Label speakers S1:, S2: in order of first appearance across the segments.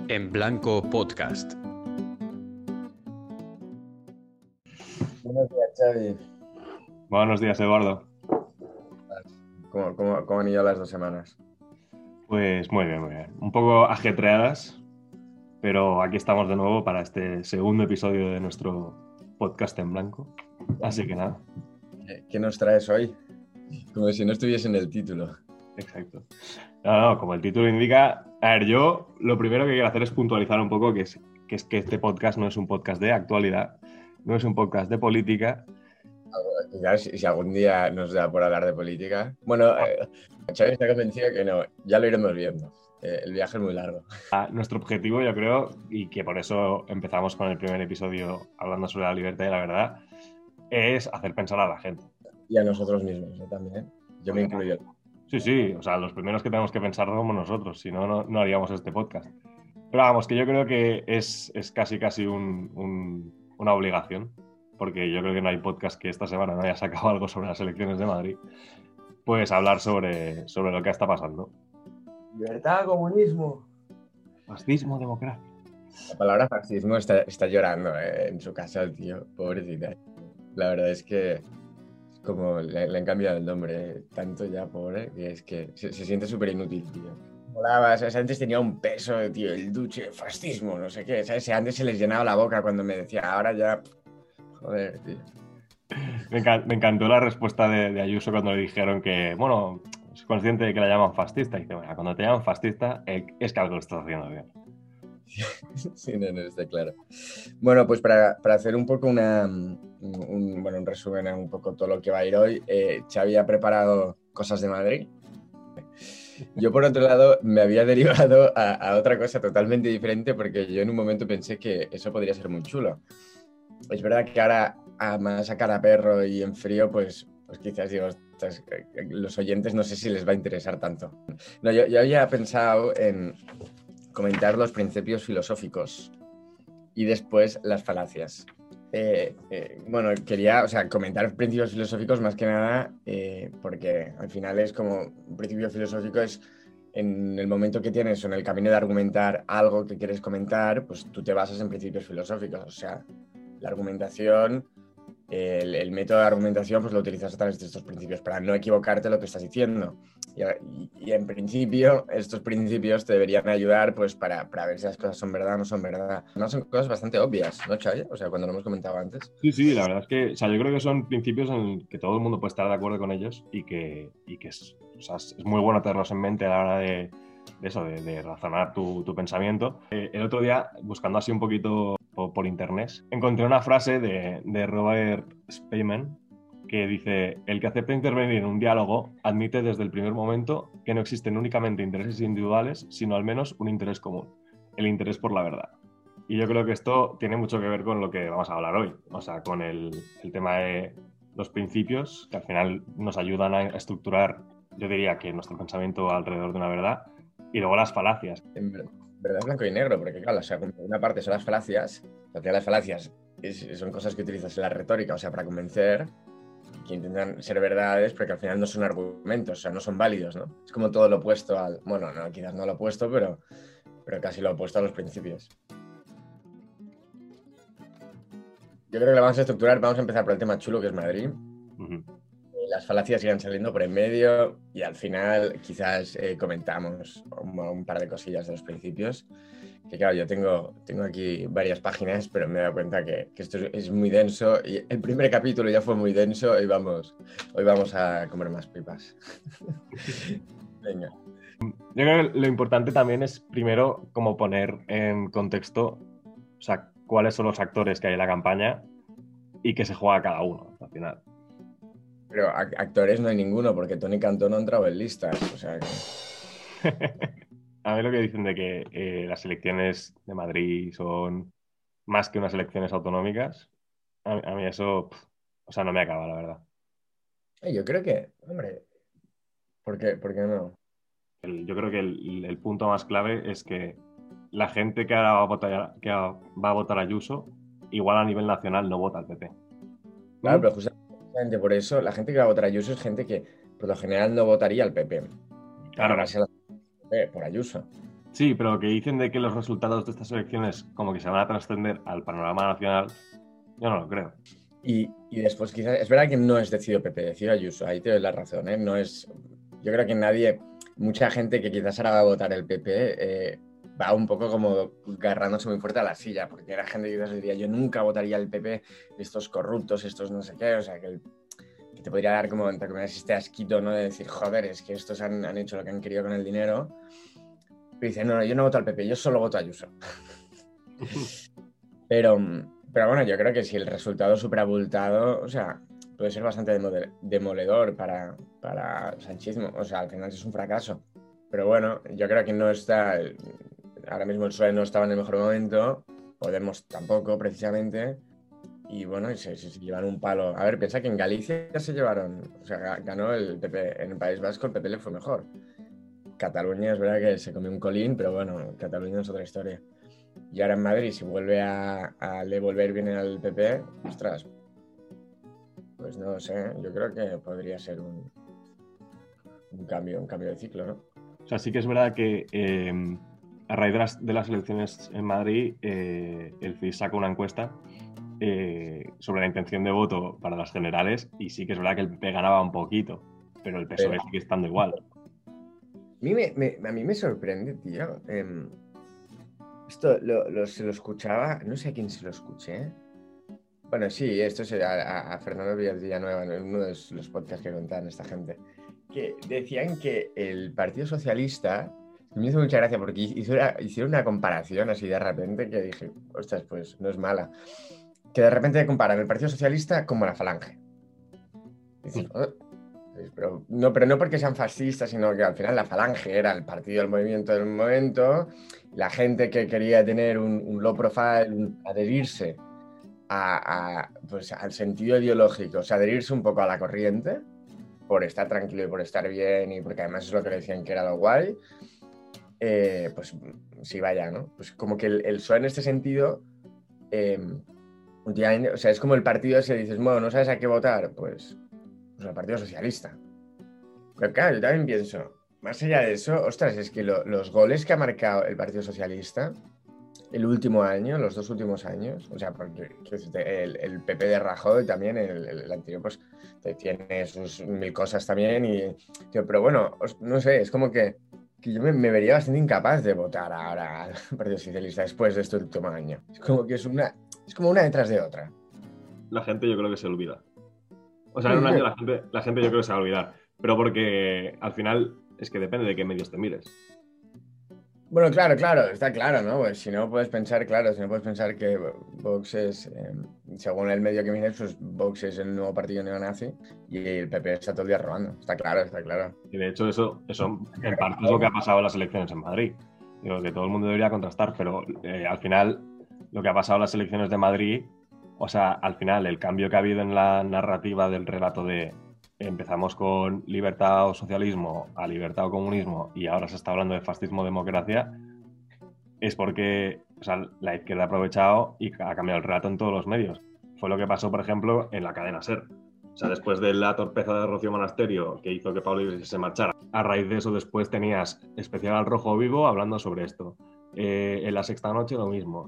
S1: En Blanco Podcast.
S2: Buenos días, Xavi.
S3: Buenos días, Eduardo.
S2: ¿Cómo han ido las 2 semanas?
S3: Pues muy bien, muy bien. Un poco ajetreadas, pero aquí estamos de nuevo para este segundo episodio de nuestro podcast en blanco. Así que nada.
S2: ¿Qué nos traes hoy? Como si no estuviese en el título.
S3: Exacto. No, como el título indica, a ver, yo lo primero que quiero hacer es puntualizar un poco que este podcast no es un podcast de actualidad, no es un podcast de política.
S2: Quizás si algún día nos da por hablar de política. Bueno, Xavi está convencido que no, ya lo iremos viendo. El viaje es muy largo.
S3: Nuestro objetivo, yo creo, y que por eso empezamos con el primer episodio hablando sobre la libertad y la verdad, es hacer pensar a la gente.
S2: Y a nosotros mismos, ¿no? También. Yo me incluyo.
S3: Sí, o sea, los primeros que tenemos que pensar somos nosotros, si no, no haríamos este podcast. Pero vamos, que yo creo que es casi una obligación, porque yo creo que no hay podcast que esta semana no haya sacado algo sobre las elecciones de Madrid, pues hablar sobre lo que está pasando.
S2: Libertad, comunismo.
S3: Fascismo, democracia.
S2: La palabra fascismo está llorando en su casa, el tío. Pobrecita. La verdad es que como le han cambiado el nombre tanto ya, pobre, que es que se siente súper inútil, tío. Molaba, ¿sabes? Antes tenía un peso, tío, el duche, fascismo, no sé qué, ¿sabes? Antes se les llenaba la boca cuando me decía, ahora ya, joder, tío.
S3: Me encantó la respuesta de Ayuso cuando le dijeron que, bueno, es consciente de que la llaman fascista. Y dice, bueno, cuando te llaman fascista es que algo lo estás haciendo bien.
S2: Sí, no, está claro. Bueno, pues para hacer un poco un resumen a un poco todo lo que va a ir hoy, Xavi ha preparado cosas de Madrid. Yo, por otro lado, me había derivado a otra cosa totalmente diferente porque yo en un momento pensé que eso podría ser muy chulo. Es verdad que ahora, más a cara a perro y en frío, pues quizás digo, los oyentes no sé si les va a interesar tanto. No, yo había pensado en comentar los principios filosóficos y después las falacias. Bueno, quería, comentar principios filosóficos más que nada porque al final es como un principio filosófico es en el momento que tienes o en el camino de argumentar algo que quieres comentar, pues tú te basas en principios filosóficos, o sea, la argumentación, el método de argumentación, pues lo utilizas a través de estos principios para no equivocarte lo que estás diciendo. Y en principio, estos principios te deberían ayudar pues para ver si las cosas son verdad o no son verdad. No son cosas bastante obvias, ¿no, Xavi? O sea, cuando lo hemos comentado antes.
S3: Sí, la verdad es que, o sea, yo creo que son principios en que todo el mundo puede estar de acuerdo con ellos y que es muy bueno tenerlos en mente a la hora de razonar tu pensamiento. El otro día, buscando así un poquito por internet, encontré una frase de Robert Speyman que dice: el que acepta intervenir en un diálogo admite desde el primer momento que no existen únicamente intereses individuales, sino al menos un interés común, el interés por la verdad. Y yo creo que esto tiene mucho que ver con lo que vamos a hablar hoy, o sea, con el tema de los principios, que al final nos ayudan a estructurar, yo diría que nuestro pensamiento alrededor de una verdad, y luego las falacias.
S2: En verdad es blanco y negro, porque claro, o sea, como una parte son las falacias, las falacias son cosas que utilizas en la retórica, o sea, para convencer, que intentan ser verdades, pero que al final no son argumentos, o sea, no son válidos, ¿no? Es como todo lo opuesto al... Bueno, no, quizás no lo opuesto, pero casi lo opuesto a los principios. Yo creo que lo vamos a estructurar, vamos a empezar por el tema chulo, que es Madrid.
S3: Uh-huh.
S2: Las falacias irán saliendo por en medio y al final quizás comentamos un par de cosillas de los principios. Que claro, yo tengo aquí varias páginas, pero me he dado cuenta que esto es muy denso y el primer capítulo ya fue muy denso y hoy vamos a comer más pipas. Venga.
S3: Yo creo que lo importante también es primero como poner en contexto, o sea, cuáles son los actores que hay en la campaña y qué se juega cada uno al final.
S2: Pero actores no hay ninguno porque Toni Cantó no ha entrado en listas, o sea que...
S3: A mí lo que dicen de que las elecciones de Madrid son más que unas elecciones autonómicas, a mí eso, o sea, no me acaba, la verdad.
S2: Yo creo que, hombre, ¿por qué no?
S3: Yo creo que el punto más clave es que la gente que ahora va a votar a Ayuso, igual a nivel nacional no vota al PP.
S2: Claro, pero justamente por eso la gente que va a votar a Ayuso es gente que por lo general no votaría al PP.
S3: Claro.
S2: Ahora se la PP por Ayuso.
S3: Sí, pero lo que dicen de que los resultados de estas elecciones como que se van a trascender al panorama nacional, yo no lo creo.
S2: Y después quizás, es verdad que no es decidido PP, decidió Ayuso, ahí te doy la razón, ¿eh? No es, yo creo que mucha gente que quizás ahora va a votar el PP, va un poco como agarrándose muy fuerte a la silla, porque la gente quizás diría, yo nunca votaría el PP, estos corruptos, estos no sé qué, o sea, que te podría dar como, entre comillas, este asquito, ¿no? De decir, joder, es que estos han hecho lo que han querido con el dinero. Pero dicen, no, yo no voto al PP, yo solo voto a Ayuso. Pero bueno, yo creo que si el resultado es súper abultado, o sea, puede ser bastante demoledor para el sanchismo. O sea, al final es un fracaso. Pero bueno, yo creo que no está. Ahora mismo el PSOE no estaba en el mejor momento. Podemos tampoco, precisamente. Y bueno, se llevan un palo. A ver, piensa que en Galicia se llevaron. O sea, ganó el PP. En el País Vasco el PP le fue mejor. Cataluña es verdad que se comió un colín, pero bueno, Cataluña es otra historia. Y ahora en Madrid, si vuelve a devolver bien al PP, ostras, pues no sé, yo creo que podría ser un cambio de ciclo, ¿no?
S3: O sea, sí que es verdad que a raíz de las elecciones en Madrid, el CIS sacó una encuesta sobre la intención de voto para las generales y sí que es verdad que el PP ganaba un poquito, pero el PSOE sigue estando igual.
S2: A mí me sorprende, tío. Esto se lo escuchaba, no sé a quién se lo escuché. Bueno, sí, esto es a Fernando Villanueva, en uno de los podcasts que contaban esta gente, que decían que el Partido Socialista, me hizo mucha gracia porque hicieron una comparación así de repente que dije, ostras, pues no es mala, que de repente comparan el Partido Socialista como la Falange. Y dices, pero no porque sean fascistas, sino que al final la Falange era el partido del movimiento del momento, la gente que quería tener un low profile, adherirse pues, al sentido ideológico, o sea, adherirse un poco a la corriente por estar tranquilo y por estar bien y porque además es lo que le decían que era lo guay, pues sí, vaya, ¿no? Pues como que el PSOE en este sentido, últimamente, o sea, es como el partido ese, dices, bueno, ¿no sabes a qué votar? Pues el Partido Socialista. Pero claro, yo también pienso, más allá de eso, ostras, es que los goles que ha marcado el Partido Socialista el último año, los 2 últimos años, o sea, porque el PP de Rajoy también, el anterior, pues tiene sus 1000 cosas también, tío, pero bueno, no sé, es como que yo me vería bastante incapaz de votar ahora al Partido Socialista después de este último año. Es como que es como una detrás de otra.
S3: La gente yo creo que se olvida. O sea, en un año la gente yo creo que se va a olvidar. Pero porque al final es que depende de qué medios te mires.
S2: Bueno, claro, está claro, ¿no? Pues si no puedes pensar que Vox es, según el medio que mires, pues Vox es el nuevo partido neonazi y el PP está todo el día robando. Está claro.
S3: Y de hecho eso en parte es lo que ha pasado en las elecciones en Madrid. Digo, que todo el mundo debería contrastar, pero al final lo que ha pasado en las elecciones de Madrid, o sea, al final el cambio que ha habido en la narrativa del relato de empezamos con libertad o socialismo a libertad o comunismo y ahora se está hablando de fascismo o democracia, es porque, o sea, la izquierda ha aprovechado y ha cambiado el relato en todos los medios. Fue lo que pasó, por ejemplo, en la cadena SER. O sea, después de la torpeza de Rocío Monasterio que hizo que Pablo Iglesias se marchara, a raíz de eso después tenías Especial al Rojo Vivo hablando sobre esto. En La Sexta Noche lo mismo.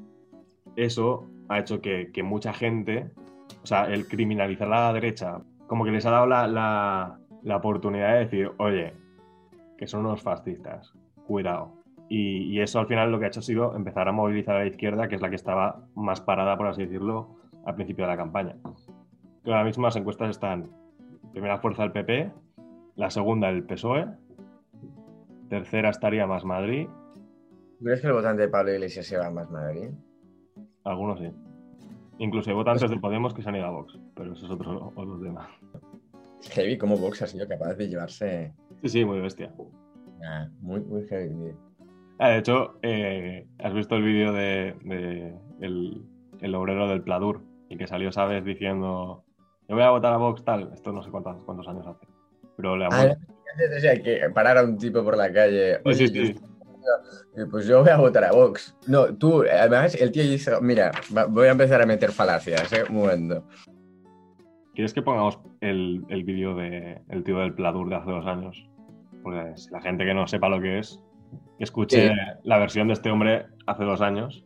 S3: Eso ha hecho que mucha gente, o sea, el criminalizar a la derecha, como que les ha dado la oportunidad de decir, oye, que son unos fascistas, cuidado. Y eso al final lo que ha hecho ha sido empezar a movilizar a la izquierda, que es la que estaba más parada, por así decirlo, al principio de la campaña. Pero ahora mismo las encuestas están, primera fuerza el PP, la segunda el PSOE, tercera estaría Más Madrid.
S2: ¿Crees que el votante de Pablo Iglesias se va a Más Madrid?
S3: Algunos sí. Incluso hay votantes de Podemos que se han ido a Vox, pero eso es otro tema.
S2: Heavy, como Vox ha sido capaz de llevarse...
S3: Sí, muy bestia.
S2: Muy heavy, tío.
S3: De hecho, ¿has visto el vídeo de el obrero del Pladur? Y que salió, ¿sabes? Diciendo, yo voy a votar a Vox, tal. Esto no sé cuántos años hace. Pero le han
S2: o sea, que parar a un tipo por la calle. Oye,
S3: sí.
S2: Pues yo voy a votar a Vox. No, tú, además, el tío dice, mira, voy a empezar a meter falacias, un momento.
S3: ¿Quieres que pongamos el vídeo del tío del Pladur de hace 2 años? Porque si la gente que no sepa lo que es, que escuche
S2: Sí.
S3: la versión de este hombre hace 2 años.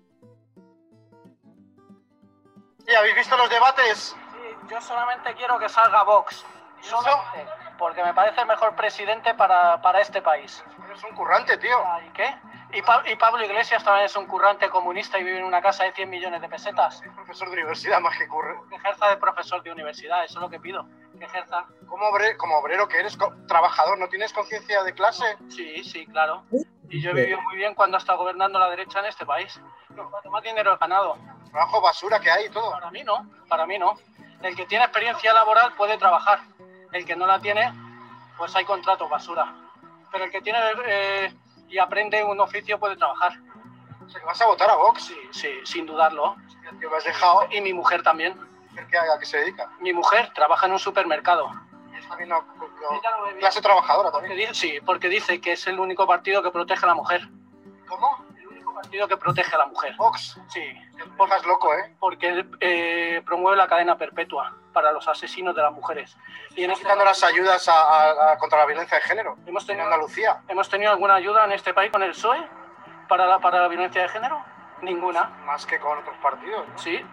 S4: ¿Y habéis visto los debates?
S5: Sí, yo solamente quiero que salga Vox. Solamente, porque me parece el mejor presidente para este país.
S4: Es un currante, tío.
S5: ¿Y qué? Y Pablo Iglesias también es un currante comunista y vive en una casa de 100 millones de pesetas.
S4: Es profesor de universidad más que curre.
S5: Que ejerza de profesor de universidad, eso es lo que pido. Que ejerza.
S4: Como obrero que eres, trabajador, ¿no tienes conciencia de clase?
S5: Sí, claro. Y yo he vivido muy bien cuando ha estado gobernando la derecha en este país. Cuanto más dinero he ganado.
S4: Trabajo basura que hay y todo.
S5: Para mí no. El que tiene experiencia laboral puede trabajar. El que no la tiene, pues hay contratos basura. Pero el que tiene y aprende un oficio puede trabajar.
S4: O sea, que vas a votar a Vox.
S5: Sí, sin dudarlo.
S4: Que me has dejado.
S5: Y mi mujer también.
S4: ¿A qué se dedica?
S5: Mi mujer trabaja en un supermercado.
S4: Es también clase trabajadora también.
S5: Porque dice que es el único partido que protege a la mujer.
S4: ¿Cómo?
S5: El único partido que protege a la mujer.
S4: Vox.
S5: Sí.
S4: Estás loco, ¿eh?
S5: Porque promueve la cadena perpetua para los asesinos de las mujeres. Y en
S4: quitando las ayudas contra la violencia de género. En Andalucía.
S5: ¿Hemos tenido alguna ayuda en este país con el PSOE para la violencia de género? Ninguna.
S4: Más que con otros partidos, ¿no?
S5: Sí.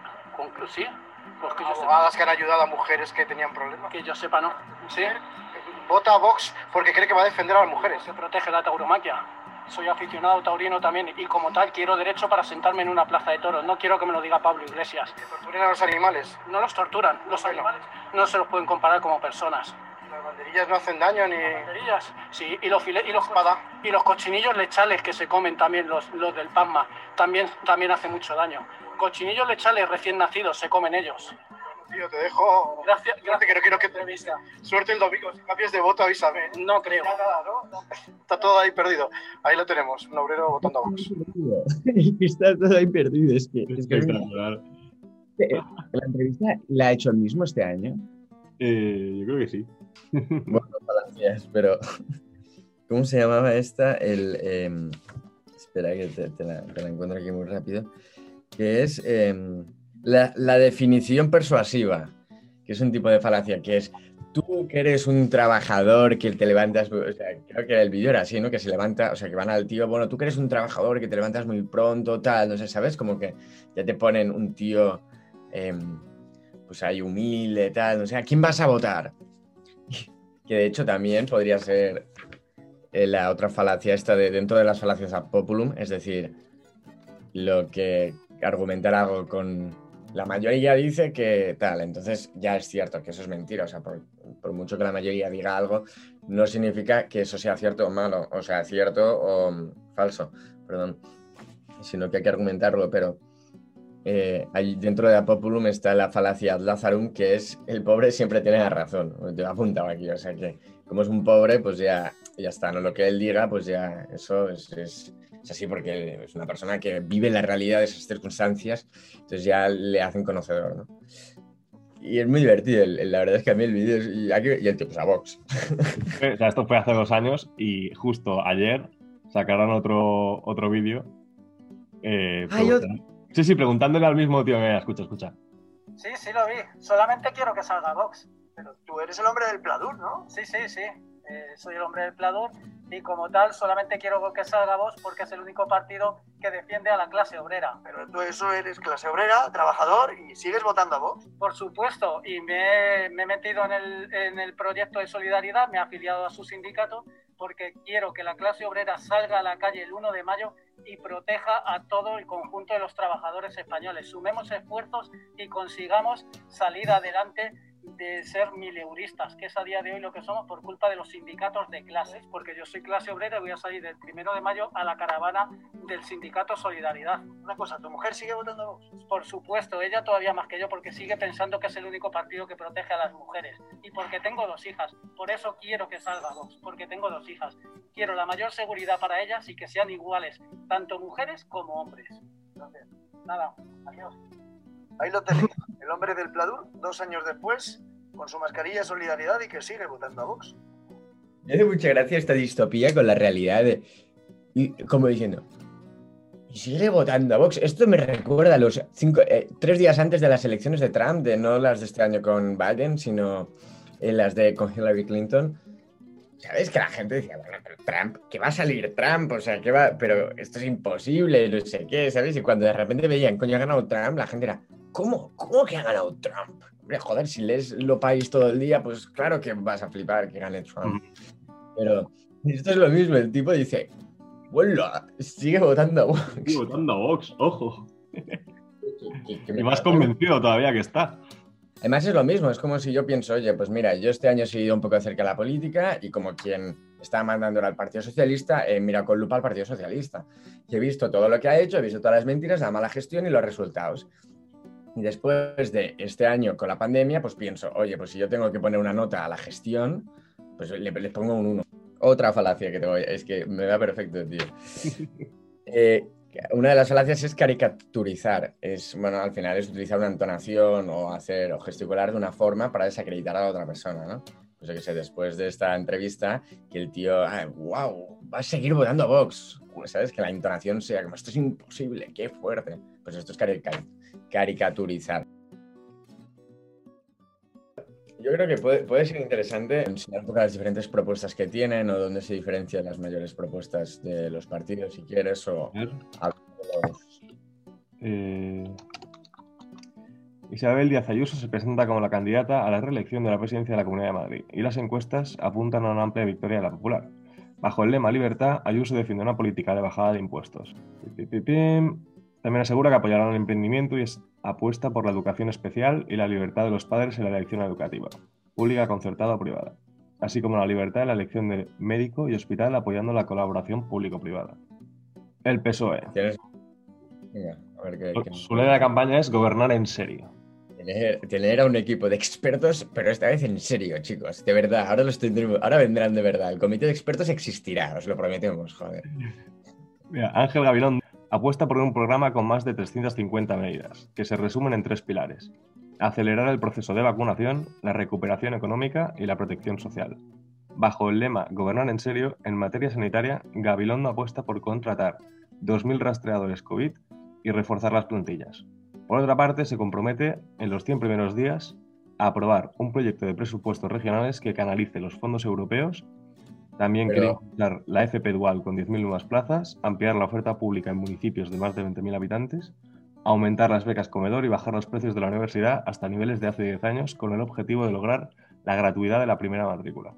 S5: Pues que
S4: abogadas que han ayudado a mujeres que tenían problemas.
S5: Que yo sepa, no. Sí.
S4: Vota a Vox porque cree que va a defender a las mujeres.
S5: Se protege la tauromaquia. Soy aficionado taurino también y como tal quiero derecho para sentarme en una plaza de toros. No quiero que me lo diga Pablo Iglesias.
S4: ¿Que torturen a los animales?
S5: No los torturan. Los animales no se los pueden comparar como personas.
S4: Las banderillas no hacen daño ni...
S5: Las banderillas, sí. Y los cochinillos lechales que se comen también, los del Pasma, también hacen mucho daño. Cochinillos lechales recién nacidos se comen ellos.
S4: Tío, te dejo...
S5: Gracias.
S4: Que no quiero que te vista. Suerte el domingo. Si cambias de voto, avísame.
S5: No creo.
S4: Nada, ¿no? Está todo ahí perdido. Ahí lo tenemos. Un obrero votando a Vox.
S2: Está todo ahí perdido. Es que
S3: Espectacular.
S2: ¿La entrevista la ha hecho el mismo este año?
S3: Yo creo que sí.
S2: Bueno, gracias, pero... ¿Cómo se llamaba esta? Espera que te la encuentro aquí muy rápido. Que es... La definición persuasiva, que es un tipo de falacia, que es tú que eres un trabajador que te levantas, o sea, creo que el vídeo era así, ¿no? Que se levanta, o sea, que van al tío, bueno, tú que eres un trabajador que te levantas muy pronto, tal, no sé, ¿sabes? Como que ya te ponen un tío, pues ahí humilde, tal, no sé, ¿a quién vas a votar? Que de hecho también podría ser la otra falacia esta de dentro de las falacias ad populum, es decir, lo que argumentar algo con... La mayoría dice que tal, entonces ya es cierto que eso es mentira. O sea, por mucho que la mayoría diga algo, no significa que eso sea cierto o malo, o sea, cierto o falso, perdón, sino que hay que argumentarlo. Pero ahí dentro de Apopulum está la falacia ad Lazarum, que es el pobre siempre tiene la razón. Te lo he apuntado aquí, o sea que como es un pobre, pues ya está, ¿no? Lo que él diga, pues ya eso es así porque es una persona que vive la realidad de esas circunstancias, entonces ya le hacen conocedor, ¿no? Y es muy divertido, la verdad es que a mí el vídeo y el tío, pues a Vox.
S3: O sea, esto fue hace 2 años y justo ayer sacaron otro vídeo. Sí, preguntándole al mismo tío. Escucha.
S5: Sí, lo vi. Solamente quiero que salga Vox.
S4: Pero tú eres el hombre del Pladur, ¿no?
S5: Sí. Soy el hombre del Pladur y como tal solamente quiero que salga Vox porque es el único partido que defiende a la clase obrera.
S4: Pero tú eso eres clase obrera, trabajador y sigues votando a Vox.
S5: Por supuesto, y me he metido en el proyecto de solidaridad, me he afiliado a su sindicato porque quiero que la clase obrera salga a la calle el 1 de mayo y proteja a todo el conjunto de los trabajadores españoles. Sumemos esfuerzos y consigamos salir adelante de ser mileuristas, que es a día de hoy lo que somos por culpa de los sindicatos de clases, porque yo soy clase obrera y voy a salir el 1 de mayo a la caravana del sindicato Solidaridad.
S4: Una cosa, ¿tu mujer sigue votando a Vox?
S5: Por supuesto, ella todavía más que yo, porque sigue pensando que es el único partido que protege a las mujeres y porque tengo 2 hijas, por eso quiero que salga Vox, porque tengo 2 hijas. Quiero la mayor seguridad para ellas y que sean iguales, tanto mujeres como hombres. Entonces, nada, adiós.
S4: Ahí lo tenéis, el hombre del Pladur, 2 años después, con su mascarilla de solidaridad y que sigue votando a Vox.
S2: Me hace mucha gracia esta distopía con la realidad como diciendo, y sigue votando a Vox. Esto me recuerda a los 3 días antes de las elecciones de Trump, no las de este año con Biden, sino las con Hillary Clinton. ¿sabes? Que la gente decía, bueno, pero Trump, ¿qué va a salir Trump? O sea, ¿qué va? Pero esto es imposible, no sé qué, ¿sabes? Y cuando de repente veían, coño, ha ganado Trump, la gente era, ¿cómo? ¿Cómo que ha ganado Trump? Hombre, joder, si lees Lo País todo el día, pues claro que vas a flipar que gane Trump. Pero esto es lo mismo, el tipo dice, ¡vuela! Sigue votando a Vox.
S3: Sigue votando a Vox, ojo.
S2: Que
S3: Y más convencido todavía que está.
S2: Además es lo mismo, es como si yo pienso, oye, pues mira, yo este año he seguido un poco de cerca la política y como quien está mandándole al Partido Socialista, mira con lupa al Partido Socialista. Y he visto todo lo que ha hecho, he visto todas las mentiras, la mala gestión y los resultados. Y después de este año con la pandemia, pues pienso, oye, pues si yo tengo que poner una nota a la gestión, pues le pongo un 1. Otra falacia que tengo, es que me da perfecto, tío. Una de las falacias es caricaturizar. Bueno, al final es utilizar una entonación o hacer o gesticular de una forma para desacreditar a la otra persona, ¿no? Pues yo que sé, después de esta entrevista, que el tío, wow, va a seguir votando a Vox. ¿Sabes? Que la entonación sea como, esto es imposible, qué fuerte. Pues esto es caricaturizar. Yo creo que puede ser interesante enseñar un poco las diferentes propuestas que tienen o dónde se diferencian las mayores propuestas de los partidos, si quieres, o
S3: Isabel Díaz Ayuso se presenta como la candidata a la reelección de la presidencia de la Comunidad de Madrid y las encuestas apuntan a una amplia victoria de la Popular. Bajo el lema Libertad, Ayuso defiende una política de bajada de impuestos. También asegura que apoyará el emprendimiento y apuesta por la educación especial y la libertad de los padres en la elección educativa, pública, concertada o privada, así como la libertad en la elección de médico y hospital apoyando la colaboración público-privada. El PSOE.
S2: Venga, a ver
S3: Su lema de campaña es gobernar en serio.
S2: Tener a un equipo de expertos, pero esta vez en serio, chicos, de verdad, ahora vendrán de verdad. El comité de expertos existirá, os lo prometemos, joder.
S3: Mira, Ángel Gabilondo apuesta por un programa con más de 350 medidas, que se resumen en 3 pilares: acelerar el proceso de vacunación, la recuperación económica y la protección social. Bajo el lema Gobernar en serio, en materia sanitaria, Gabilondo apuesta por contratar 2.000 rastreadores COVID y reforzar las plantillas. Por otra parte, se compromete, en los 100 primeros días, a aprobar un proyecto de presupuestos regionales que canalice los fondos europeos. También quiere impulsar la FP Dual con 10.000 nuevas plazas, ampliar la oferta pública en municipios de más de 20.000 habitantes, aumentar las becas comedor y bajar los precios de la universidad hasta niveles de hace 10 años con el objetivo de lograr la gratuidad de la primera matrícula.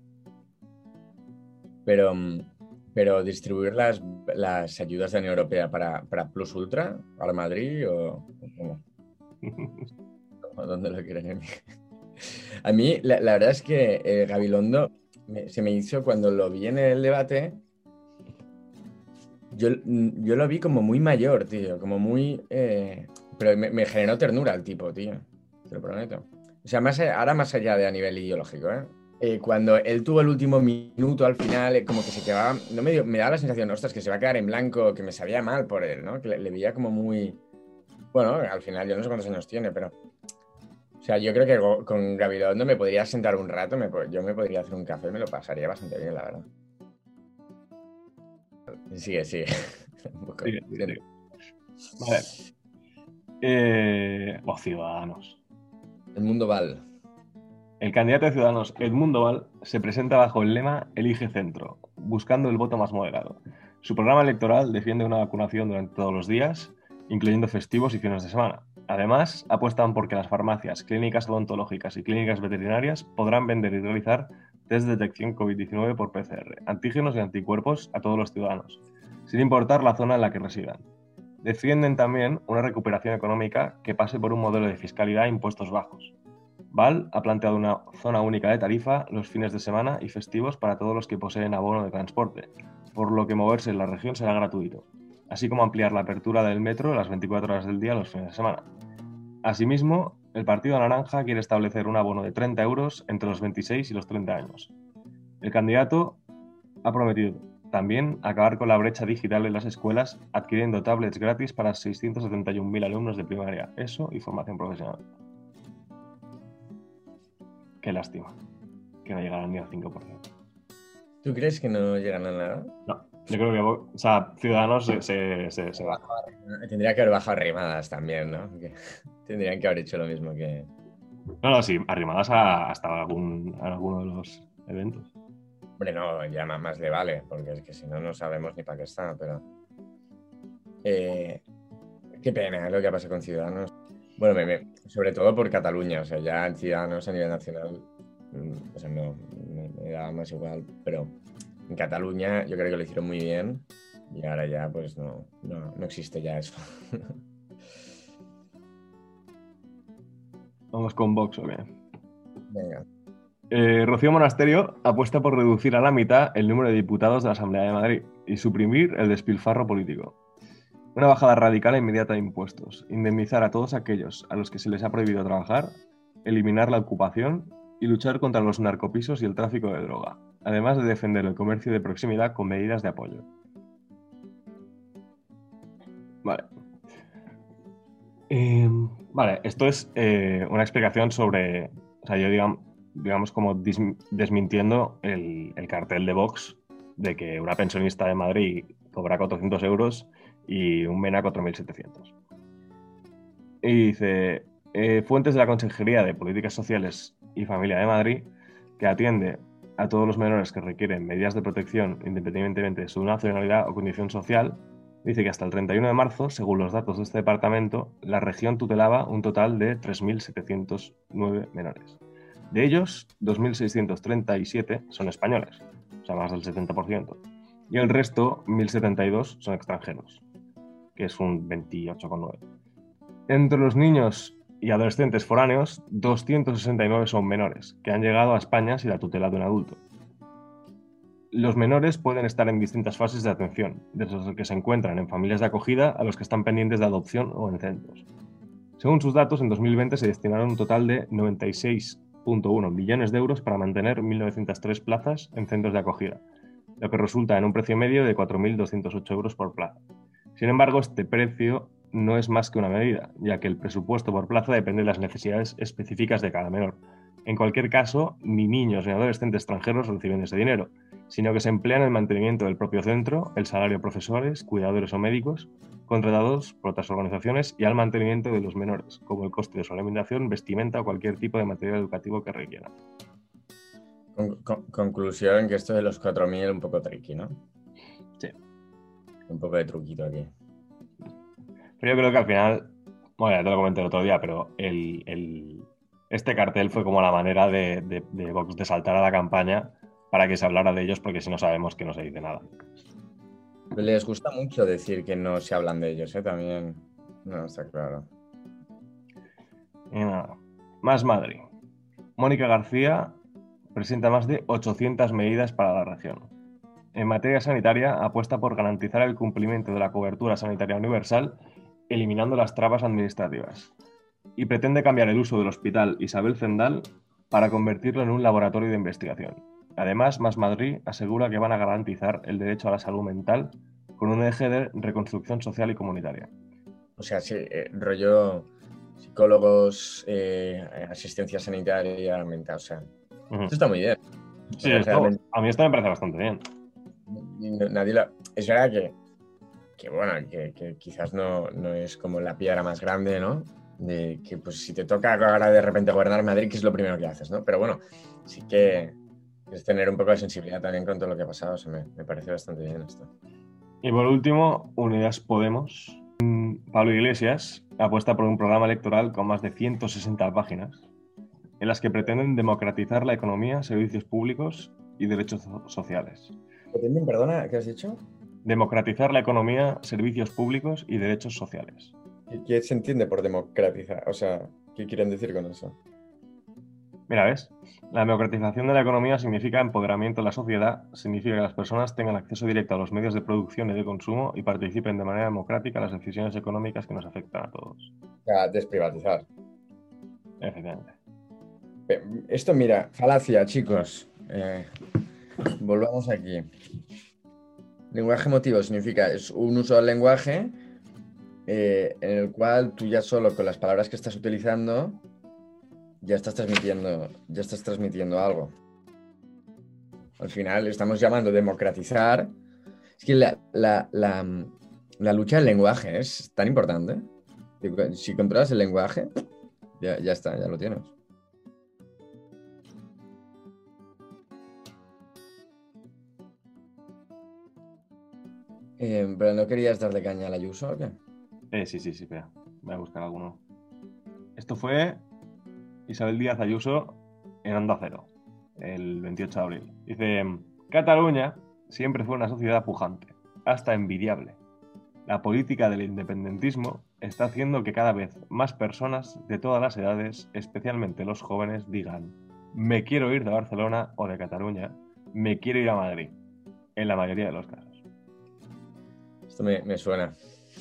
S2: Pero distribuir las ayudas de la Unión Europea para Plus Ultra, para Madrid o cómo? ¿O dónde lo quieren? A mí, la verdad es que Gabilondo se me hizo, cuando lo vi en el debate, yo lo vi como muy mayor, tío, como muy... pero me generó ternura el tipo, tío, te lo prometo. O sea, ahora más allá de a nivel ideológico, cuando él tuvo el último minuto al final, como que se quedaba, me daba la sensación, ostras, que se va a quedar en blanco, que me sabía mal por él, ¿no? Que le veía como muy... Bueno, al final yo no sé cuántos años tiene, pero... O sea, yo creo que con Gabilondo me podría sentar un rato, yo me podría hacer un café, me lo pasaría bastante bien, la verdad. Sigue. Sigue.
S3: Vale. Los Ciudadanos.
S2: Edmundo Val.
S3: El candidato de Ciudadanos, Edmundo Val, se presenta bajo el lema Elige Centro, buscando el voto más moderado. Su programa electoral defiende una vacunación durante todos los días, incluyendo festivos y fines de semana. Además, apuestan por que las farmacias, clínicas odontológicas y clínicas veterinarias podrán vender y realizar test de detección COVID-19 por PCR, antígenos y anticuerpos a todos los ciudadanos, sin importar la zona en la que residan. Defienden también una recuperación económica que pase por un modelo de fiscalidad e impuestos bajos. Val ha planteado una zona única de tarifa los fines de semana y festivos para todos los que poseen abono de transporte, por lo que moverse en la región será gratuito, así como ampliar la apertura del metro las 24 horas del día los fines de semana. Asimismo, el Partido Naranja quiere establecer un abono de 30 euros entre los 26 y los 30 años. El candidato ha prometido también acabar con la brecha digital en las escuelas, adquiriendo tablets gratis para 671.000 alumnos de primaria, ESO y formación profesional. Qué lástima que no llegarán ni al 5%.
S2: ¿Tú crees que no llegan a nada?
S3: No, yo creo que Ciudadanos se va.
S2: Tendría que haber bajado Arrimadas también, ¿no? Tendrían que haber hecho lo mismo que...
S3: No, sí, Arrimadas hasta alguno de los eventos.
S2: Hombre, no, ya más le vale, porque es que si no, no sabemos ni para qué está, pero... qué pena lo que pasa con Ciudadanos. Bueno, sobre todo por Cataluña, o sea, ya en Ciudadanos a nivel nacional, o sea, no, me da más igual, pero en Cataluña yo creo que lo hicieron muy bien y ahora ya pues no existe ya eso.
S3: Vamos con Vox, ¿o qué?
S2: Venga.
S3: Rocío Monasterio apuesta por reducir a la mitad el número de diputados de la Asamblea de Madrid y suprimir el despilfarro político. Una bajada radical e inmediata de impuestos, indemnizar a todos aquellos a los que se les ha prohibido trabajar, eliminar la ocupación y luchar contra los narcopisos y el tráfico de droga, además de defender el comercio de proximidad con medidas de apoyo. Vale. Vale, esto es una explicación sobre, o sea, yo digamos como desmintiendo el cartel de Vox de que una pensionista de Madrid cobra 400 euros y un MENA 4.700. Y dice, fuentes de la Consejería de Políticas Sociales y Familia de Madrid, que atiende a todos los menores que requieren medidas de protección independientemente de su nacionalidad o condición social, dice que hasta el 31 de marzo, según los datos de este departamento, la región tutelaba un total de 3.709 menores. De ellos, 2.637 son españoles, o sea, más del 70%, y el resto, 1.072, son extranjeros, que es un 28,9%. Entre los niños y adolescentes foráneos, 269 son menores, que han llegado a España sin la tutela de un adulto. Los menores pueden estar en distintas fases de atención, desde los que se encuentran en familias de acogida a los que están pendientes de adopción o en centros. Según sus datos, en 2020 se destinaron un total de 96,1 millones de euros para mantener 1.903 plazas en centros de acogida, lo que resulta en un precio medio de 4.208 euros por plaza. Sin embargo, este precio no es más que una medida, ya que el presupuesto por plaza depende de las necesidades específicas de cada menor. En cualquier caso, ni niños ni adolescentes extranjeros reciben ese dinero, sino que se emplea en el mantenimiento del propio centro, el salario a profesores, cuidadores o médicos, contratados por otras organizaciones y al mantenimiento de los menores, como el coste de su alimentación, vestimenta o cualquier tipo de material educativo que requieran.
S2: Conclusión, que esto de los 4.000 es un poco tricky, ¿no?
S3: Sí.
S2: Un poco de truquito aquí.
S3: Pero yo creo que al final, bueno, ya te lo comenté el otro día, pero este cartel fue como la manera de Vox de saltar a la campaña para que se hablara de ellos, porque si no sabemos que no se dice nada.
S2: Les gusta mucho decir que no se hablan de ellos, ¿eh? También. No, está claro.
S3: Y nada. Más Madrid. Mónica García presenta más de 800 medidas para la región. En materia sanitaria, apuesta por garantizar el cumplimiento de la cobertura sanitaria universal, eliminando las trabas administrativas. Y pretende cambiar el uso del Hospital Isabel Zendal para convertirlo en un laboratorio de investigación. Además, Más Madrid asegura que van a garantizar el derecho a la salud mental con un eje de reconstrucción social y comunitaria.
S2: O sea, sí, rollo psicólogos, asistencia sanitaria, mental, o sea, esto está muy bien.
S3: Sí, a mí esto me parece bastante bien.
S2: Es verdad que bueno, que quizás no es como la piedra más grande, ¿no? De que pues si te toca ahora de repente gobernar Madrid, ¿qué es lo primero que haces, no? Pero bueno, sí que es tener un poco de sensibilidad también con todo lo que ha pasado. O sea, me parece bastante bien esto.
S3: Y por último, Unidas Podemos. Pablo Iglesias apuesta por un programa electoral con más de 160 páginas, en las que pretenden democratizar la economía, servicios públicos y derechos sociales.
S2: ¿Pretenden, perdona, qué has dicho?
S3: Democratizar la economía, servicios públicos y derechos sociales.
S2: ¿Qué se entiende por democratizar? O sea, ¿qué quieren decir con eso?
S3: Mira, ¿ves? La democratización de la economía significa empoderamiento de la sociedad, significa que las personas tengan acceso directo a los medios de producción y de consumo y participen de manera democrática en las decisiones económicas que nos afectan a todos.
S2: O sea, desprivatizar.
S3: Efectivamente.
S2: Esto, mira, falacia, chicos. Volvamos aquí. Lenguaje emotivo significa, es un uso del lenguaje en el cual tú ya solo con las palabras que estás utilizando ya estás transmitiendo algo. Al final estamos llamando democratizar. Es que la lucha del lenguaje es tan importante. Si controlas el lenguaje, ya está, ya lo tienes. Pero no querías darle caña a la Ayuso, ¿o qué?
S3: Sí, espera. Voy a buscar alguno. Esto fue Isabel Díaz Ayuso en Onda Cero, el 28 de abril. Dice, Cataluña siempre fue una sociedad pujante, hasta envidiable. La política del independentismo está haciendo que cada vez más personas de todas las edades, especialmente los jóvenes, digan me quiero ir de Barcelona o de Cataluña, me quiero ir a Madrid, en la mayoría de los casos.
S2: Esto me suena.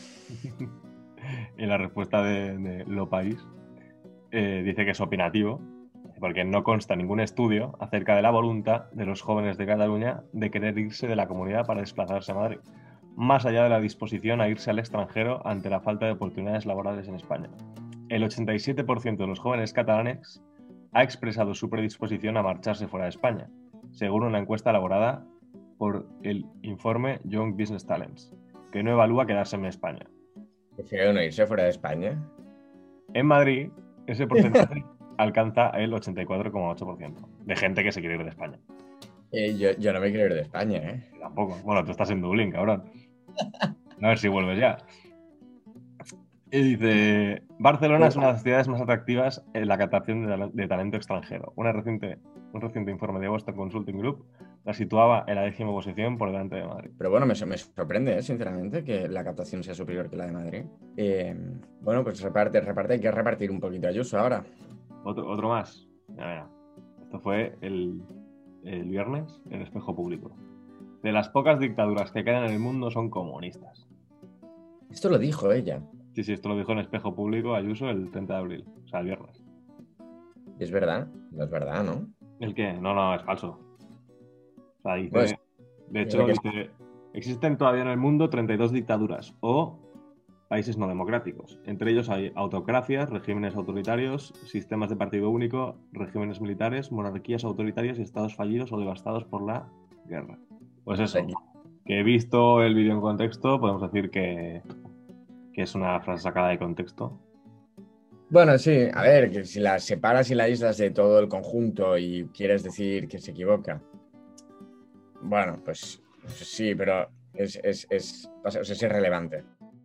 S3: Y la respuesta de Lo País dice que es opinativo, porque no consta ningún estudio acerca de la voluntad de los jóvenes de Cataluña de querer irse de la comunidad para desplazarse a Madrid, más allá de la disposición a irse al extranjero ante la falta de oportunidades laborales en España. El 87% de los jóvenes catalanes ha expresado su predisposición a marcharse fuera de España, según una encuesta elaborada por el informe Young Business Talents, que no evalúa quedarse en España.
S2: ¿Prefiero no irse fuera de España?
S3: En Madrid, ese porcentaje alcanza el 84,8% de gente que se quiere ir de España.
S2: Yo no me quiero ir de España, ¿eh?
S3: Tampoco. Bueno, tú estás en Dublín, cabrón. A ver si vuelves ya. Y dice, Barcelona es una de las ciudades más atractivas en la captación de talento extranjero. Un reciente informe de Boston Consulting Group la situaba en la 10ª posición por delante de Madrid.
S2: Pero bueno, me sorprende, sinceramente, que la captación sea superior que la de Madrid. Bueno, pues reparte, hay que repartir un poquito a Ayuso ahora.
S3: Otro más. Mira. Esto fue el viernes en Espejo Público. De las pocas dictaduras que quedan en el mundo son comunistas.
S2: Esto lo dijo ella.
S3: Sí, esto lo dijo en Espejo Público Ayuso el 30 de abril, o sea, el viernes.
S2: Es verdad, no es verdad, ¿no?
S3: ¿El qué? No, es falso. O sea, dice,
S2: Pues,
S3: de hecho, dice, existen todavía en el mundo 32 dictaduras o países no democráticos. Entre ellos hay autocracias, regímenes autoritarios, sistemas de partido único, regímenes militares, monarquías autoritarias y estados fallidos o devastados por la guerra. Pues eso, que he visto el vídeo en contexto, podemos decir que es una frase sacada de contexto.
S2: Bueno, sí, a ver, que si las separas y la aíslas de todo el conjunto y quieres decir que se equivoca. Bueno, pues sí, pero es irrelevante.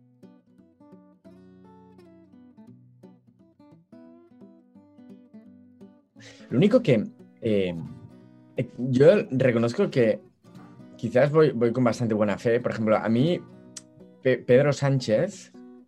S2: Lo único que yo reconozco que quizás voy con bastante buena fe. Por ejemplo, a mí Pedro Sánchez,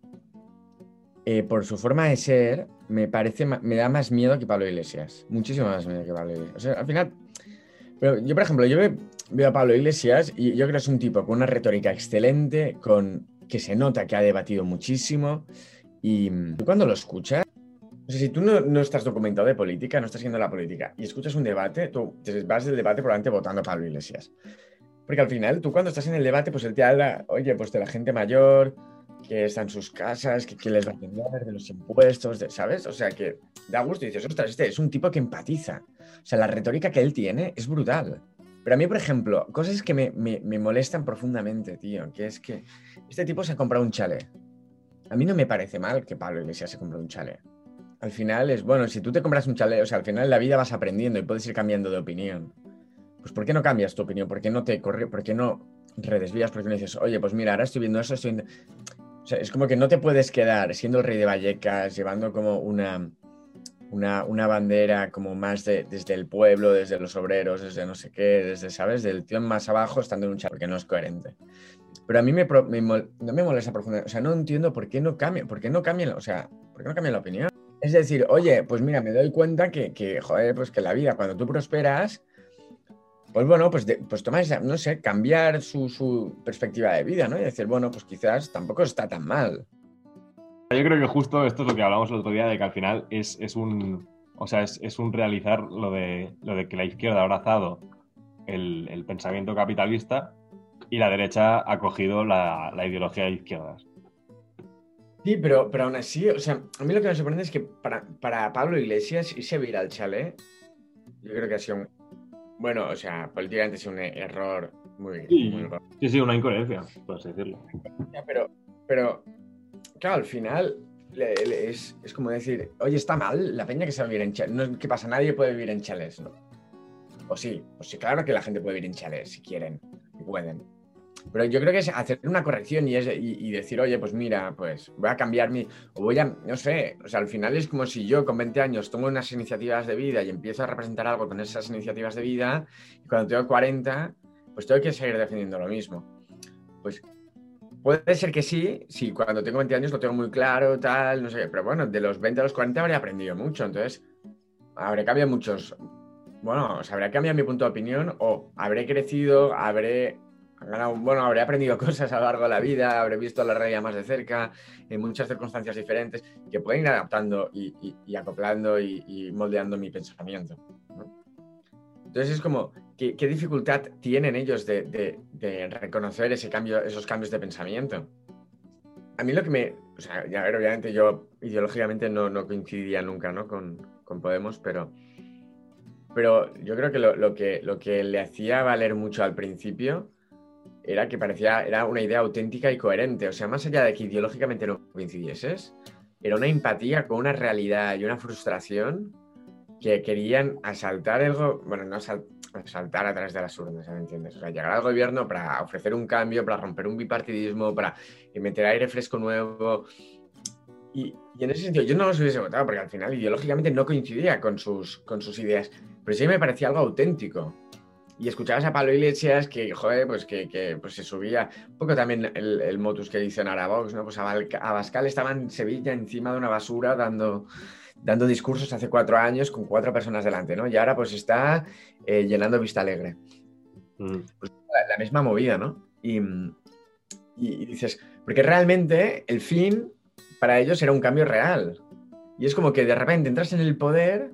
S2: por su forma de ser, me da más miedo que Pablo Iglesias. Muchísimo más miedo que Pablo Iglesias. O sea, al final... Pero yo, por ejemplo, veo a Pablo Iglesias y yo creo que es un tipo con una retórica excelente, que se nota que ha debatido muchísimo. Y tú cuando lo escuchas, o sea, si tú no estás documentado de política, no estás siguiendo la política y escuchas un debate, tú te vas del debate probablemente votando a Pablo Iglesias. Porque al final, tú cuando estás en el debate, pues él te habla, oye, pues de la gente mayor, que está en sus casas, que les va a atender, de los impuestos, ¿sabes? O sea, que da gusto y dices, ostras, este es un tipo que empatiza. O sea, la retórica que él tiene es brutal. Pero a mí, por ejemplo, cosas que me molestan profundamente, tío, que es que este tipo se ha comprado un chalet. A mí no me parece mal que Pablo Iglesias se compre un chalet. Al final es, bueno, si tú te compras un chalet, o sea, al final en la vida vas aprendiendo y puedes ir cambiando de opinión. Pues ¿por qué no cambias tu opinión? ¿Por qué no redesvías? ¿Por qué no dices, oye, pues mira, ahora estoy viendo eso, O sea, es como que no te puedes quedar siendo el rey de Vallecas, llevando como una bandera como más desde el pueblo, desde los obreros, desde no sé qué, desde, ¿sabes? Del tío más abajo estando en un chalet, porque no es coherente. Pero a mí no me molesta profundamente. O sea, no entiendo por qué no cambian la opinión. Es decir, oye, pues mira, me doy cuenta que joder, pues que la vida, cuando tú prosperas, pues bueno, pues tomas, no sé, cambiar su perspectiva de vida, ¿no? Y decir, bueno, pues quizás tampoco está tan mal.
S3: Yo creo que justo esto es lo que hablamos el otro día, de que al final es un realizar lo de que la izquierda ha abrazado el pensamiento capitalista y la derecha ha cogido la ideología de izquierdas.
S2: Sí, pero aún así, o sea, a mí lo que me sorprende es que para Pablo Iglesias irse a vivir al chalet, yo creo que ha sido bueno, o sea, políticamente ha sido un error muy...
S3: Sí, una incoherencia, por así decirlo.
S2: Pero claro, al final es como decir, oye, está mal la peña que se va a vivir en chalés. No, ¿qué pasa? Nadie puede vivir en chalés, ¿no? O sí, claro que la gente puede vivir en chalés si quieren, si pueden. Pero yo creo que es hacer una corrección y decir, oye, pues mira, pues voy a cambiar o voy a, no sé, o sea, al final es como si yo con 20 años tomo unas iniciativas de vida y empiezo a representar algo con esas iniciativas de vida, y cuando tengo 40, pues tengo que seguir defendiendo lo mismo. Pues puede ser que sí, cuando tengo 20 años lo tengo muy claro, tal, no sé, pero bueno, de los 20 a los 40 habré aprendido mucho, entonces habré cambiado bueno, o sea, habré cambiado mi punto de opinión o habré crecido, habré aprendido cosas a lo largo de la vida, habré visto la realidad más de cerca, en muchas circunstancias diferentes, que pueden ir adaptando y acoplando y moldeando mi pensamiento, ¿no? Entonces es como, ¿qué dificultad tienen ellos de reconocer esos cambios de pensamiento? A mí lo que o sea, ya ver, obviamente yo ideológicamente no coincidía nunca, ¿no? con Podemos, pero yo creo que lo que le hacía valer mucho al principio era que era una idea auténtica y coherente. O sea, más allá de que ideológicamente no coincidieses, era una empatía con una realidad y una frustración que querían asaltar no asaltar a través de las urnas, ¿me entiendes? O sea, llegar al gobierno para ofrecer un cambio, para romper un bipartidismo, para meter aire fresco nuevo. Y en ese sentido, yo no los hubiese votado porque al final ideológicamente no coincidía con sus ideas, pero sí me parecía algo auténtico. Y escuchabas a Pablo Iglesias que, joder, pues que se subía un poco también el motus que dice en Aravox, ¿no? Pues Abascal estaba en Sevilla encima de una basura dando discursos hace 4 años con 4 personas delante, ¿no? Y ahora pues está llenando Vista Alegre. Pues la misma movida, ¿no? Y dices, porque realmente el fin para ellos era un cambio real. Y es como que de repente entras en el poder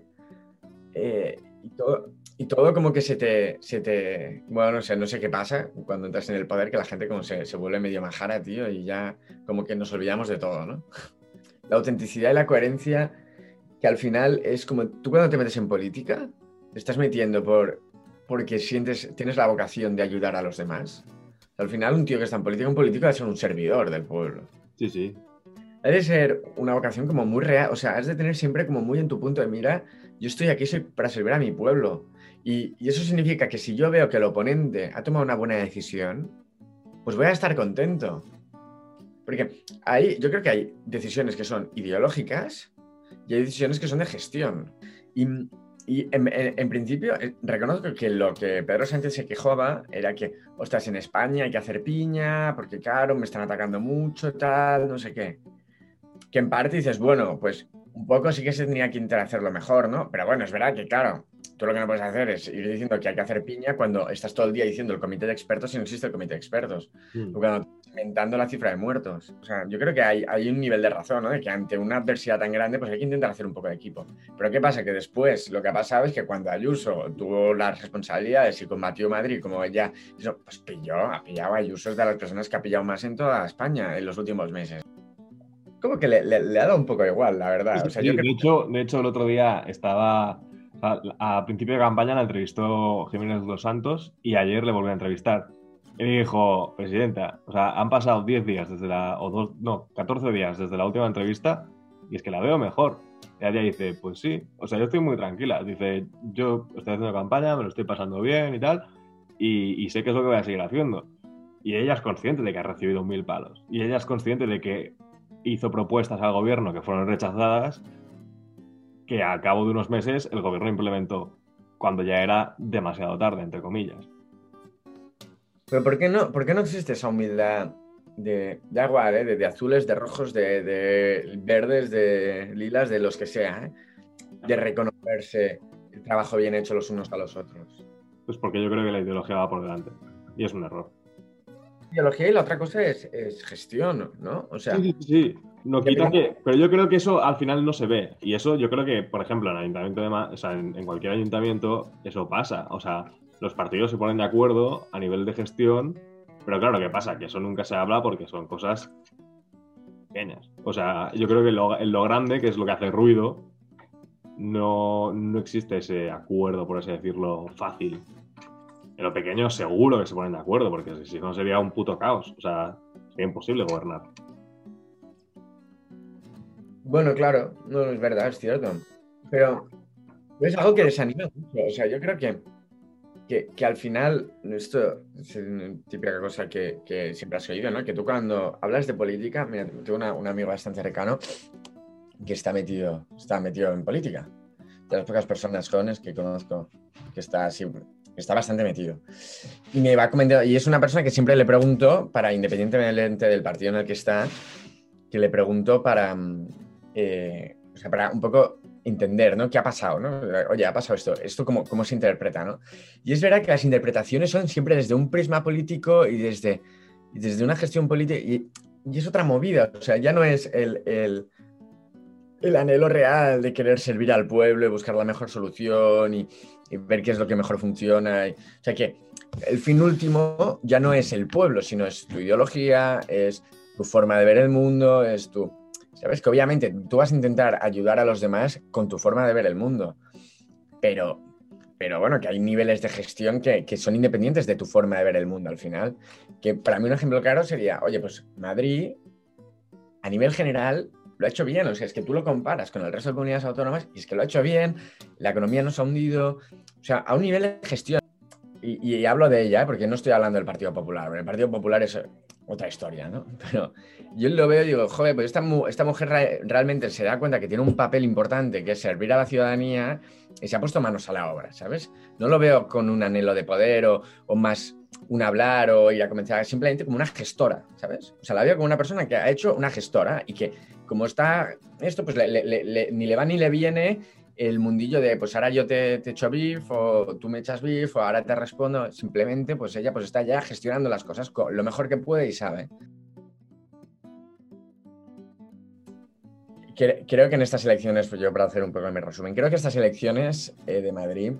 S2: y todo como que se te... Bueno, no sé qué pasa cuando entras en el poder, que la gente como se vuelve medio majara, tío, y ya como que nos olvidamos de todo, ¿no? La autenticidad y la coherencia, que al final es como tú cuando te metes en política, te estás metiendo porque tienes la vocación de ayudar a los demás. Al final un tío que está en política, un político debe ser un servidor del pueblo.
S3: Sí, sí.
S2: Ha de ser una vocación como muy real, o sea, has de tener siempre como muy en tu punto de mira, yo estoy aquí para servir a mi pueblo. Y eso significa que si yo veo que el oponente ha tomado una buena decisión, pues voy a estar contento. Porque yo creo que hay decisiones que son ideológicas y hay decisiones que son de gestión. Y en principio reconozco que lo que Pedro Sánchez se quejaba era que, ostras, en España hay que hacer piña, porque claro, me están atacando mucho, tal, no sé qué. Que en parte dices, bueno, pues un poco sí que se tenía que intentar hacerlo mejor, ¿no? Pero bueno, es verdad que, claro, tú lo que no puedes hacer es ir diciendo que hay que hacer piña cuando estás todo el día diciendo el comité de expertos y no existe el comité de expertos. O cuando estás inventando la cifra de muertos. O sea, yo creo que hay un nivel de razón, ¿no? De que ante una adversidad tan grande, pues hay que intentar hacer un poco de equipo. Pero ¿qué pasa? Que después lo que ha pasado es que cuando Ayuso tuvo las responsabilidades y combatió Madrid, como ella, pues ha pillado a Ayuso, es de las personas que ha pillado más en toda España en los últimos meses. Como que le ha dado un poco igual, la verdad. O sea,
S3: sí,
S2: yo creo...
S3: de hecho, el otro día estaba... A principio de campaña la entrevistó Jiménez Dos Santos y ayer le volvió a entrevistar. Y me dijo, presidenta, o sea, han pasado 10 días 14 días desde la última entrevista y es que la veo mejor. Y ella dice, pues sí, o sea, yo estoy muy tranquila. Dice, yo estoy haciendo campaña, me lo estoy pasando bien y tal, y sé qué es lo que voy a seguir haciendo. Y ella es consciente de que ha recibido 1000 palos. Y ella es consciente de que hizo propuestas al gobierno que fueron rechazadas, que al cabo de unos meses el gobierno implementó, cuando ya era demasiado tarde, entre comillas.
S2: Pero ¿por qué no existe esa humildad de igual, de azules, de rojos, de verdes, de lilas, de los que sea, de reconocerse el trabajo bien hecho los unos a los otros?
S3: Pues porque yo creo que la ideología va por delante. Y es un error.
S2: Ideología y la otra cosa es gestión, ¿no? O sea,
S3: sí. No quita que, pero yo creo que eso al final no se ve. Y eso yo creo que, por ejemplo, en el ayuntamiento o sea, en cualquier ayuntamiento eso pasa. O sea, los partidos se ponen de acuerdo a nivel de gestión, pero claro, ¿qué pasa? Que eso nunca se habla porque son cosas pequeñas. O sea, yo creo que en lo grande, que es lo que hace ruido, no existe ese acuerdo, por así decirlo, fácil. En lo pequeño seguro que se ponen de acuerdo, porque si no sería un puto caos. O sea, sería imposible gobernar.
S2: Bueno, claro, no es verdad, es cierto. Pero es algo que desanima mucho. O sea, yo creo que que al final, esto es una típica cosa que siempre has oído, ¿no? Que tú cuando hablas de política, mira, tengo un amigo bastante cercano que está metido en política. De las pocas personas jóvenes que conozco que está bastante metido. Y me va comentando, y es una persona que siempre le pregunto, independientemente del partido en el que está, que le pregunto para un poco entender, ¿no? ¿Qué ha pasado, ¿no? Oye, ha pasado esto cómo se interpreta, ¿no? Y es verdad que las interpretaciones son siempre desde un prisma político y desde una gestión política, y es otra movida, o sea, ya no es el anhelo real de querer servir al pueblo y buscar la mejor solución y ver qué es lo que mejor funciona. O sea que el fin último ya no es el pueblo, sino es tu ideología, es tu forma de ver el mundo, es tu... Sabes que obviamente tú vas a intentar ayudar a los demás con tu forma de ver el mundo, pero bueno, que hay niveles de gestión que son independientes de tu forma de ver el mundo al final. Que para mí un ejemplo claro sería, oye, pues Madrid, a nivel general, lo ha hecho bien. O sea, es que tú lo comparas con el resto de comunidades autónomas y es que lo ha hecho bien, la economía no se ha hundido, o sea, a un nivel de gestión. Y hablo de ella, porque no estoy hablando del Partido Popular, porque el Partido Popular es otra historia, ¿no? Pero yo lo veo y digo, joder, pues esta mujer realmente se da cuenta que tiene un papel importante, que es servir a la ciudadanía, y se ha puesto manos a la obra, ¿sabes? No lo veo con un anhelo de poder o más un hablar o ir a comenzar, simplemente como una gestora, ¿sabes? O sea, la veo como una persona que ha hecho una gestora y que, como está esto, pues ni le va ni le viene el mundillo de, pues ahora yo te echo beef o tú me echas beef o ahora te respondo. Simplemente, pues ella pues está ya gestionando las cosas lo mejor que puede y sabe. Creo que en estas elecciones, pues yo para hacer un poco mi resumen, creo que estas elecciones de Madrid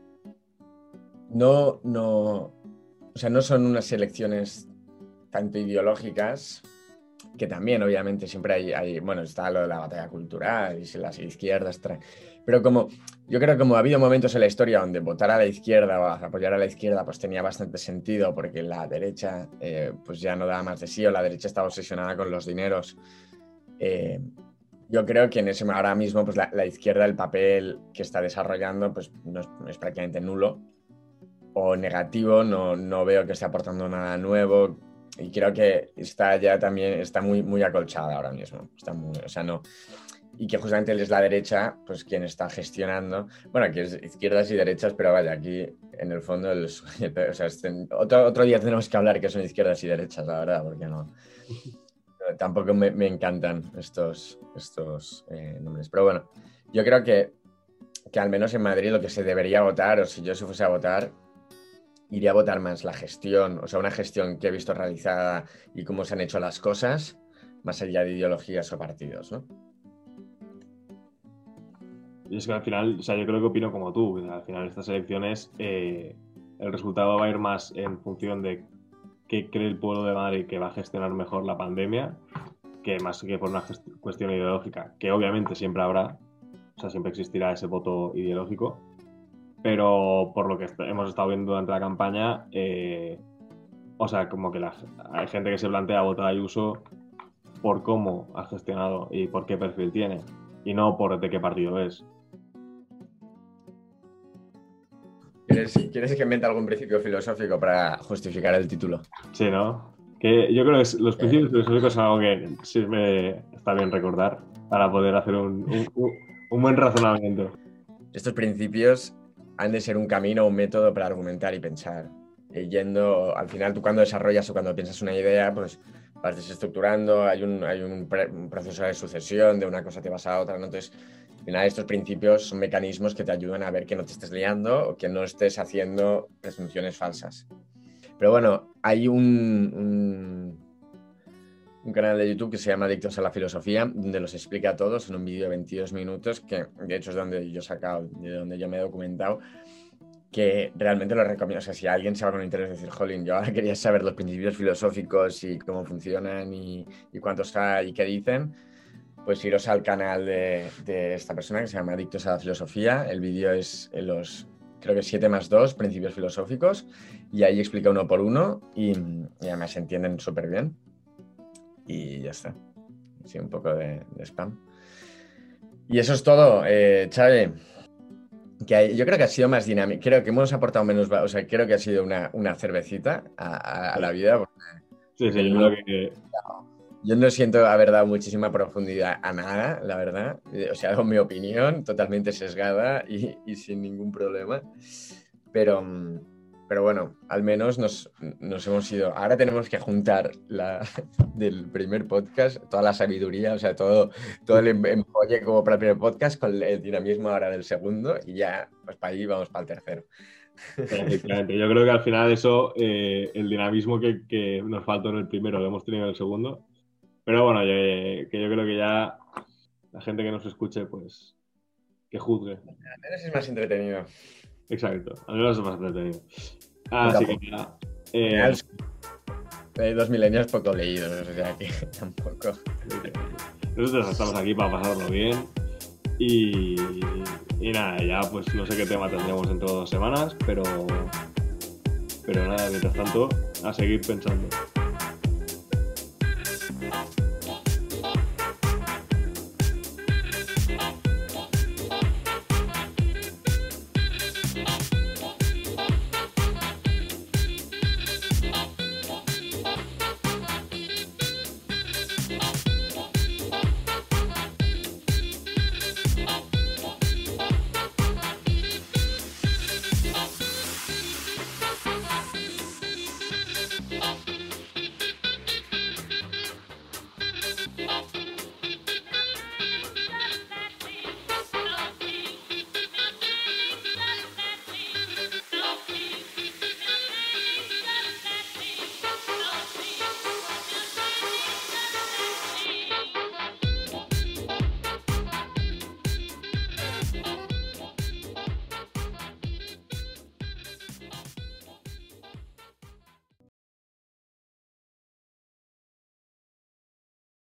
S2: no son unas elecciones tanto ideológicas, que también obviamente siempre hay bueno, está lo de la batalla cultural y si las izquierdas traen, pero yo creo que como ha habido momentos en la historia donde votar a la izquierda o apoyar a la izquierda pues tenía bastante sentido porque la derecha pues ya no daba más de sí, o la derecha estaba obsesionada con los dineros. Yo creo que ahora mismo pues la izquierda, el papel que está desarrollando pues no es prácticamente nulo o negativo, no veo que esté aportando nada nuevo. Y creo que está muy, muy acolchada ahora mismo. Y que justamente es la derecha, pues quien está gestionando. Bueno, aquí es izquierdas y derechas, pero vaya, aquí en el fondo, otro día tenemos que hablar que son izquierdas y derechas, la verdad, porque tampoco me encantan estos nombres. Pero bueno, yo creo que al menos en Madrid lo que se debería votar, o si yo se fuese a votar, iría a votar más la gestión, o sea, una gestión que he visto realizada y cómo se han hecho las cosas, más allá de ideologías o partidos, ¿no?
S3: Y es que al final, o sea, yo creo que opino como tú, que al final estas elecciones el resultado va a ir más en función de qué cree el pueblo de Madrid que va a gestionar mejor la pandemia, que más que por una cuestión ideológica, que obviamente siempre habrá, o sea, siempre existirá ese voto ideológico. Pero por lo que hemos estado viendo durante la campaña, o sea, como que hay gente que se plantea votar a Ayuso por cómo ha gestionado y por qué perfil tiene, y no por de qué partido es.
S2: ¿Quieres que invente algún principio filosófico para justificar el título?
S3: Sí, ¿no? Que yo creo que los principios filosóficos son algo que siempre está bien recordar para poder hacer un buen razonamiento.
S2: Estos principios han de ser un camino, un método para argumentar y pensar. Al final, tú cuando desarrollas o cuando piensas una idea, pues vas desestructurando, hay un proceso de sucesión, de una cosa te vas a otra, ¿no? Entonces, al final, estos principios son mecanismos que te ayudan a ver que no te estés liando o que no estés haciendo presunciones falsas. Pero bueno, hay un canal de YouTube que se llama Adictos a la Filosofía, donde los explica a todos en un vídeo de 22 minutos, que de hecho es donde yo he sacado, de donde yo me he documentado, que realmente lo recomiendo. O sea, si alguien se va con interés de decir, jolín, yo ahora quería saber los principios filosóficos y cómo funcionan y cuántos hay y qué dicen, pues iros al canal de esta persona que se llama Adictos a la Filosofía. El vídeo es creo que 7+2 principios filosóficos, y ahí explica uno por uno y además se entienden súper bien. Y ya está. Sí, un poco de spam. Y eso es todo, Xavi. yo creo que ha sido más dinámico. Creo que hemos aportado menos, o sea, creo que ha sido una cervecita a la vida.
S3: Sí, yo creo que...
S2: Yo no siento haber dado muchísima profundidad a nada, la verdad. O sea, hago mi opinión totalmente sesgada y sin ningún problema. Pero bueno, al menos nos hemos ido. Ahora tenemos que juntar del primer podcast, toda la sabiduría, o sea, todo el empolle como para el primer podcast con el dinamismo ahora del segundo y ya, pues para ahí vamos para el tercero.
S3: Efectivamente. Yo creo que al final eso, el dinamismo que nos faltó en el primero lo hemos tenido en el segundo. Pero bueno, que yo creo que ya la gente que nos escuche, pues, que juzgue.
S2: Al menos es más entretenido.
S3: Exacto, al menos es más entretenido. Así que nada.
S2: Hay 2 milenios poco leídos, o sea que tampoco.
S3: Nosotros estamos aquí para pasarlo bien. Y nada, ya pues no sé qué tema tendremos dentro de 2 semanas, pero nada, mientras tanto, a seguir pensando.